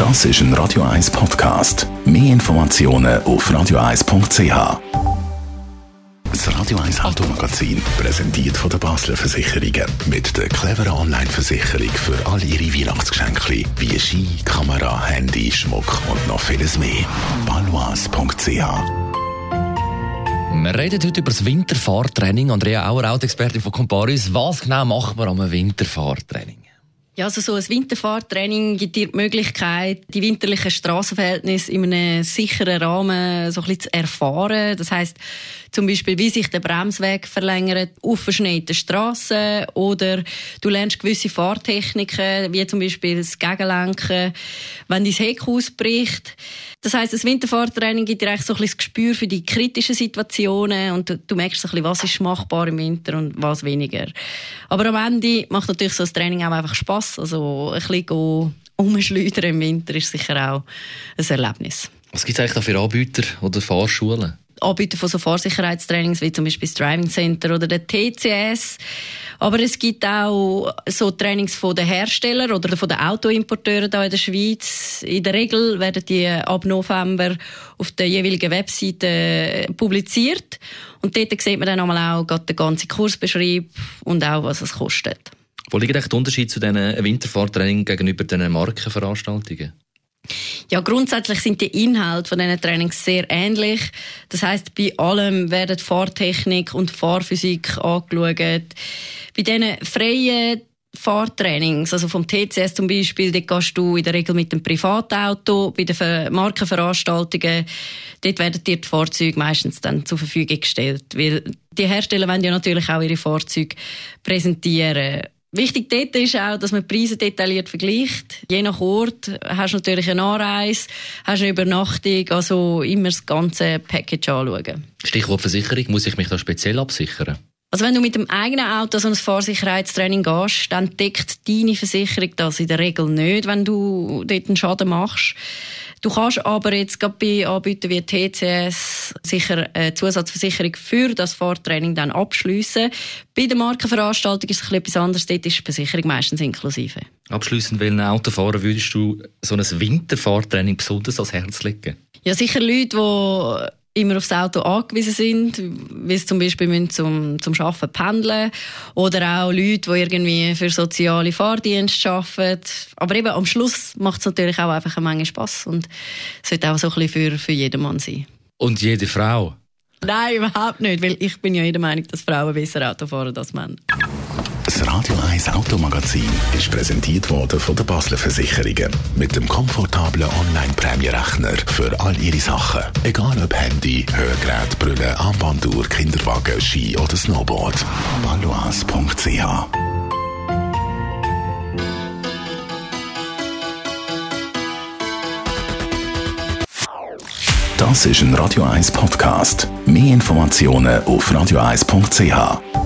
Das ist ein Radio 1 Podcast. Mehr Informationen auf radio1.ch. Das Radio 1 Automagazin, präsentiert von der Basler Versicherungen. Mit der cleveren Online-Versicherung für all Ihre Weihnachtsgeschenke, wie Ski, Kamera, Handy, Schmuck und noch vieles mehr. baloise.ch. Wir reden heute über das Winterfahrtraining. Andrea Auer, Autoexpertin von Comparis. Was genau macht man am Winterfahrtraining? Ja, also so ein Winterfahrtraining gibt dir die Möglichkeit, die winterlichen Strassenverhältnisse in einem sicheren Rahmen so ein bisschen zu erfahren. Das heisst, zum Beispiel, wie sich der Bremsweg verlängert auf verschneiten Strassen, oder du lernst gewisse Fahrtechniken, wie zum Beispiel das Gegenlenken, wenn dein Heck ausbricht. Das heisst, das Winterfahrtraining gibt dir eigentlich so ein bisschen das Gespür für die kritischen Situationen und du merkst so ein bisschen, was ist machbar im Winter und was weniger. Aber am Ende macht natürlich so ein Training auch einfach Spass. Also ein bisschen umschleudern im Winter ist sicher auch ein Erlebnis. Was gibt es eigentlich da für Anbieter oder Fahrschulen? Anbieter von so Fahrsicherheitstrainings wie zum Beispiel das Driving Center oder der TCS. Aber es gibt auch so Trainings von den Herstellern oder von den Autoimporteuren hier in der Schweiz. In der Regel werden die ab November auf der jeweiligen Webseite publiziert. Und dort sieht man dann auch den ganzen Kursbeschrieb und auch, was es kostet. Wo liegt eigentlich der Unterschied zu diesen Winterfahrtrainings gegenüber den Markenveranstaltungen? Ja, grundsätzlich sind die Inhalte von diesen Trainings sehr ähnlich. Das heisst, bei allem werden Fahrtechnik und Fahrphysik angeschaut. Bei diesen freien Fahrtrainings, also vom TCS zum Beispiel, dort gehst du in der Regel mit dem Privatauto. Bei den Markenveranstaltungen, dort werden dir die Fahrzeuge meistens dann zur Verfügung gestellt. Weil die Hersteller wollen ja natürlich auch ihre Fahrzeuge präsentieren. Wichtig dort ist auch, dass man die Preise detailliert vergleicht. Je nach Ort hast du natürlich eine Anreise, hast eine Übernachtung, also immer das ganze Package anschauen. Stichwort Versicherung, muss ich mich da speziell absichern? Also wenn du mit dem eigenen Auto so ein Fahrsicherheitstraining gehst, dann deckt deine Versicherung das in der Regel nicht, wenn du dort einen Schaden machst. Du kannst aber jetzt gerade bei Anbietern wie TCS sicher eine Zusatzversicherung für das Fahrtraining dann abschliessen. Bei der Markenveranstaltung ist es etwas anderes, dort ist die Versicherung meistens inklusive. Abschliessend, welchen Autofahrer würdest du so ein Winterfahrtraining besonders ans Herz legen? Ja, sicher Leute, die immer aufs Auto angewiesen sind, wie sie zum Beispiel zum Arbeiten pendeln, oder auch Leute, die irgendwie für soziale Fahrdienste arbeiten. Aber eben am Schluss macht es natürlich auch einfach eine Menge Spass und es sollte auch so ein bisschen für jedermann sein. Und jede Frau? Nein, überhaupt nicht, weil ich bin ja der Meinung, dass Frauen besser Auto fahren als Männer. Das Radio 1 Automagazin ist präsentiert worden von der Basler Versicherungen. Mit dem komfortablen Online-Prämienrechner für all Ihre Sachen. Egal ob Handy, Hörgerät, Brille, Armbanduhr, Kinderwagen, Ski oder Snowboard. baloise.ch. Das ist ein Radio 1 Podcast. Mehr Informationen auf radio1.ch.